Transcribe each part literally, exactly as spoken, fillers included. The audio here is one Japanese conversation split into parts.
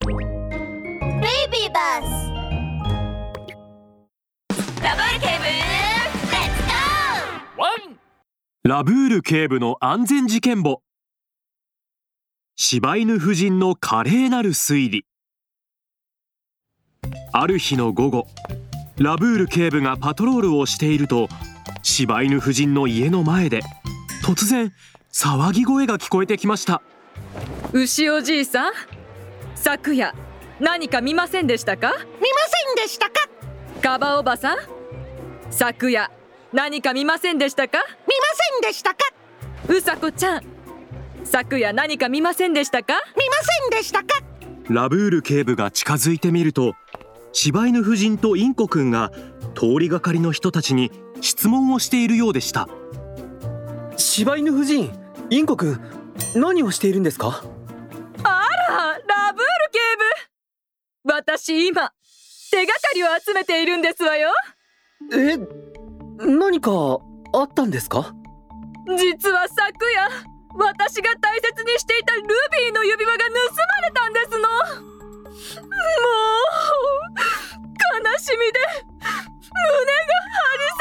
ベイビーバス。ラブール警部、レッツゴー。ワン。 ラブール警部の安全事件簿。柴犬夫人の華麗なる推理。ある日の午後、ラブール警部がパトロールをしていると、柴犬夫人の家の前で突然騒ぎ声が聞こえてきました。 牛おじいさん、昨夜何か見ませんでしたか？ 見ませんでしたか？ カバおばさん、昨夜何か見ませんでしたか？ 見ませんでしたか？ うさこちゃん、昨夜何か見ませんでしたか？ 見ませんでしたか？ ラブール警部が近づいてみると、柴犬夫人とインコくんが通りがかりの人たちに質問をしているようでした。 柴犬夫人、インコくん、何をしているんですか？ あら、ラブール警部、私今手がかりを集めているんですわよ。 え、何かあったんですか？ 実は昨夜、私が大切にしていたルビーの指輪が盗まれたんですの。もう悲しみで胸が張り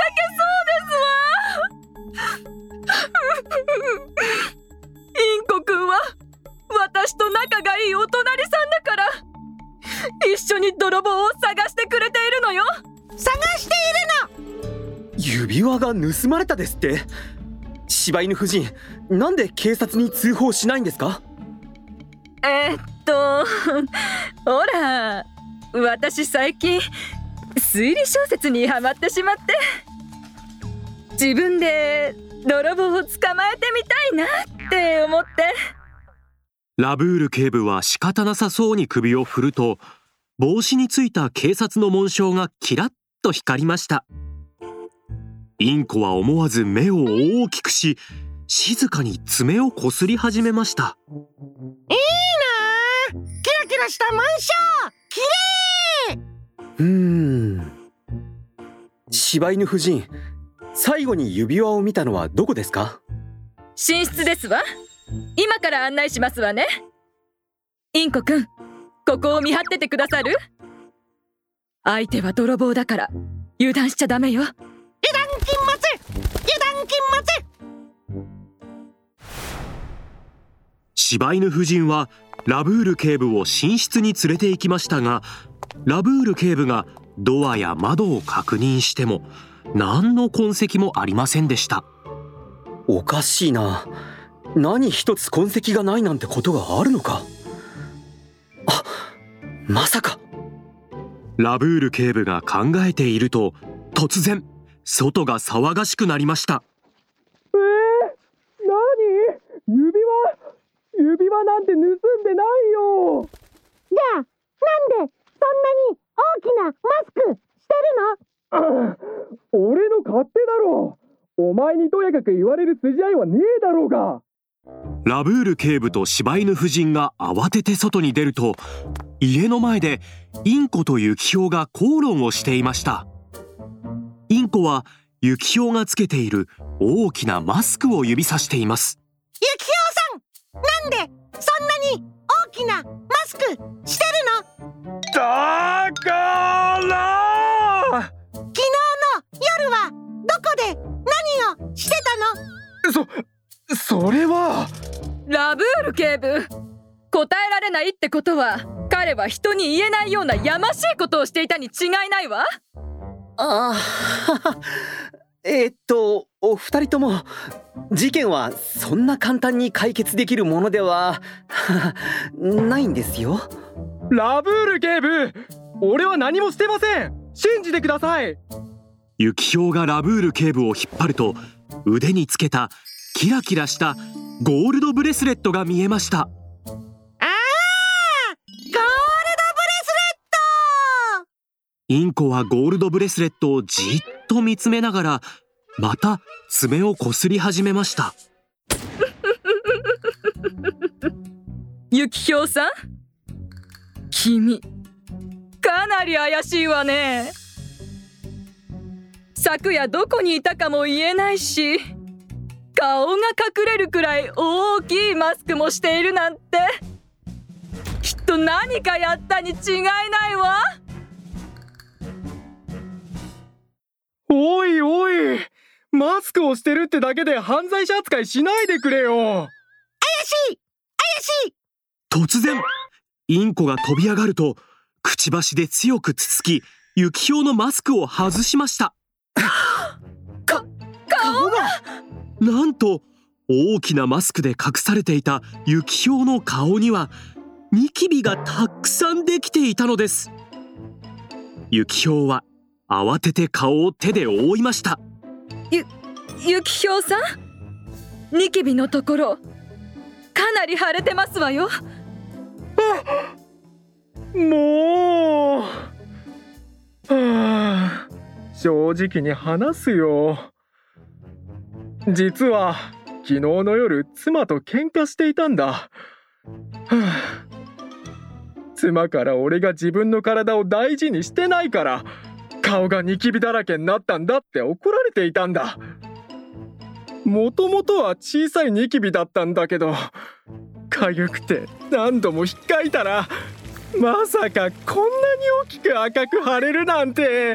裂けそうですわ。インコくんは私と仲がいいお隣さんだから、一緒に泥棒を探してくれているのよ。 探しているの。 指輪が盗まれたですって？柴犬夫人、なんで警察に通報しないんですか？ えー、っとほら、私最近推理小説にハマってしまって、自分で泥棒を捕まえてみたいなって思って。 ラブール警部は仕方なさそうに首を振ると、帽子についた警察の紋章がキラッと光りました。インコは思わず目を大きくし、静かに爪をこすり始めました。 いいなあ、キラキラした紋章、きれい。 うーん、柴犬夫人、最後に指輪を見たのはどこですか？ 寝室ですわ。今から案内しますわね。インコくん、ここを見張っててくださる？相手は泥棒だから油断しちゃダメよ。 油断禁物、油断禁物。 柴犬夫人はラブール警部を寝室に連れて行きましたが、ラブール警部がドアや窓を確認しても何の痕跡もありませんでした。 おかしいな。何一つ痕跡がないなんてことがあるのか？あ、まさか。 ラブール警部が考えていると、突然外が騒がしくなりました。 えー、何？指輪指輪なんて盗んでないよ。 じゃあなんでそんなに大きなマスクしてるの？ 俺の勝手だろう。お前にとやかく言われる筋合いはねえだろうが。 ラブール警部と柴犬夫人が慌てて外に出ると、家の前でインコとユキヒョウが口論をしていました。インコはユキヒョウがつけている大きなマスクを指さしています。 ユキヒョウさん、なんでそんなに大きなマスクしてるの？ だから昨日の夜はどこで何をしてたの？ そ、それは。 ラブール警部、答えられないってことは、彼は人に言えないようなやましいことをしていたに違いないわ。 ああえーっとお二人とも、事件はそんな簡単に解決できるものではないんですよ。 ラブール警部、俺は何もしてません。信じてください。 ユキヒョウがラブール警部を引っ張ると、腕につけたキラキラしたゴールドブレスレットが見えました。 ああ、ゴールドブレスレット。 インコはゴールドブレスレットをじっと見つめながら、また爪をこすり始めました。 ユキヒョウさん、君かなり怪しいわね。昨夜どこにいたかも言えないし、顔が隠れるくらい大きいマスクもしているなんて、一と何かやったに違いないわ。 おいおい、マスクをしてるってだけで犯罪者扱いしないでくれよ。 怪しい怪しい。 突然インコが飛び上がると、くちばしで強くつつき、ユキヒョウのマスクを外しました。 か顔がなんと大きなマスクで隠されていたユキヒョウの顔にはニキビがたくさんできていたのです。ユキヒョウは慌てて顔を手で覆いました。 ゆユキヒョウさん、ニキビのところかなり腫れてますわよ。 もう、はあ、正直に話すよ。実は昨日の夜妻と喧嘩していたんだ。はあ、妻から俺が自分の体を大事にしてないから顔がニキビだらけになったんだって怒られていたんだ。もともとは小さいニキビだったんだけど、かゆくて何度も引っかいたら、まさかこんなに大きく赤く腫れるなんて。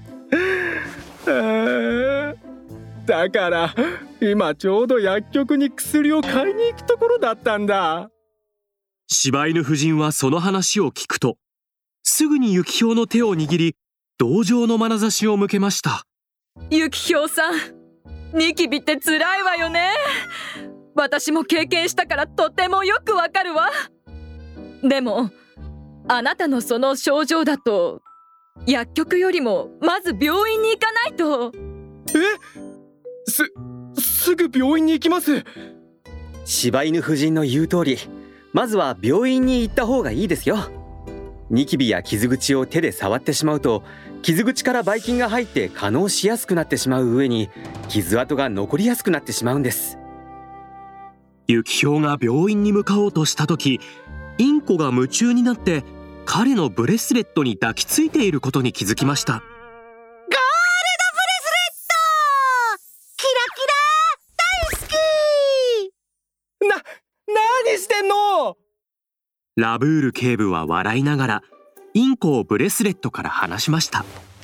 だから今ちょうど薬局に薬を買いに行くところだったんだ。 柴犬夫人はその話を聞くと、すぐにユキヒョウの手を握り、同情の眼差しを向けました。 ユキヒョウさん、ニキビって辛いわよね。私も経験したからとてもよくわかるわ。でもあなたのその症状だと、薬局よりもまず病院に行かないと。 え、す、すぐ病院に行きます。 柴犬夫人の言う通り、まずは病院に行った方がいいですよ。ニキビや傷口を手で触ってしまうと、傷口からばい菌が入って化膿しやすくなってしまう上に、傷跡が残りやすくなってしまうんです。 ユキヒョウが病院に向かおうとした時、インコが夢中になって彼のブレスレットに抱きついていることに気づきました。 ゴールドブレスレット、キラキラ大好き。 な、何してんの？ ラブール警部は笑いながらインコをブレスレットから離しました。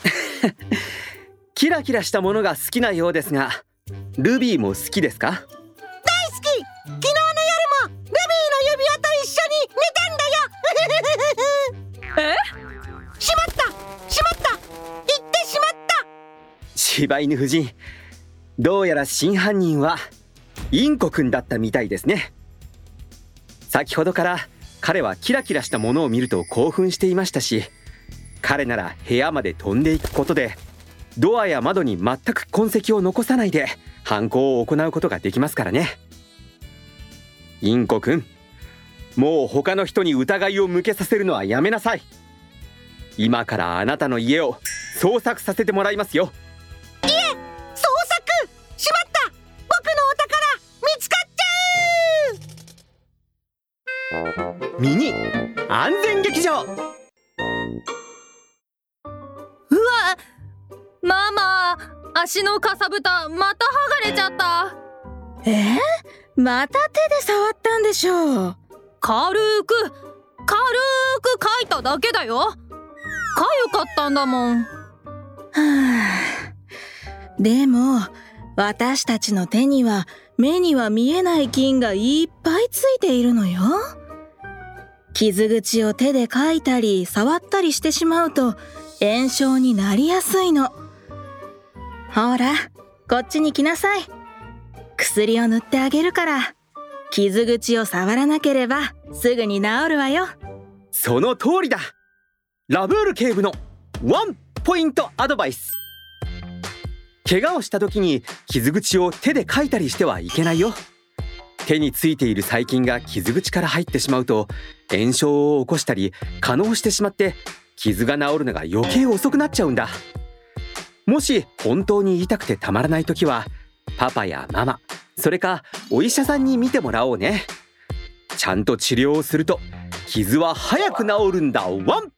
キラキラしたものが好きなようですが、ルビーも好きですか？ 大好き。昨日の夜もルビーの指輪と一緒に寝たんだよ。 え？ しまったしまった言ってしまった。 柴犬夫人、どうやら真犯人はインコくんだったみたいですね。先ほどから彼はキラキラしたものを見ると興奮していましたし、彼なら部屋まで飛んでいくことでドアや窓に全く痕跡を残さないで犯行を行うことができますからね。インコくん、もう他の人に疑いを向けさせるのはやめなさい。今からあなたの家を捜索させてもらいますよ。 いえ、捜索しまった。僕のお宝見つかっちゃう。 ミニ安全劇場。 うわ、ママ、足のかさぶたまた剥がれちゃった。 え？また手で触ったんでしょう。 軽く軽くかいただけだよ。かゆかったんだもん。はあ、でも私たちの手には目には見えない菌がいっぱいついているのよ。傷口を手でかいたり触ったりしてしまうと炎症になりやすいの。ほら、こっちに来なさい。薬を塗ってあげるから。傷口を触らなければすぐに治るわよ。 その通りだ。ラブール警部のワンポイントアドバイス。怪我をした時に傷口を手でかいたりしてはいけないよ。手についている細菌が傷口から入ってしまうと炎症を起こしたり化膿してしまって、傷が治るのが余計遅くなっちゃうんだ。もし本当に痛くてたまらない時はパパやママ、それかお医者さんに見てもらおうね。ちゃんと治療をすると傷は早く治るんだワン。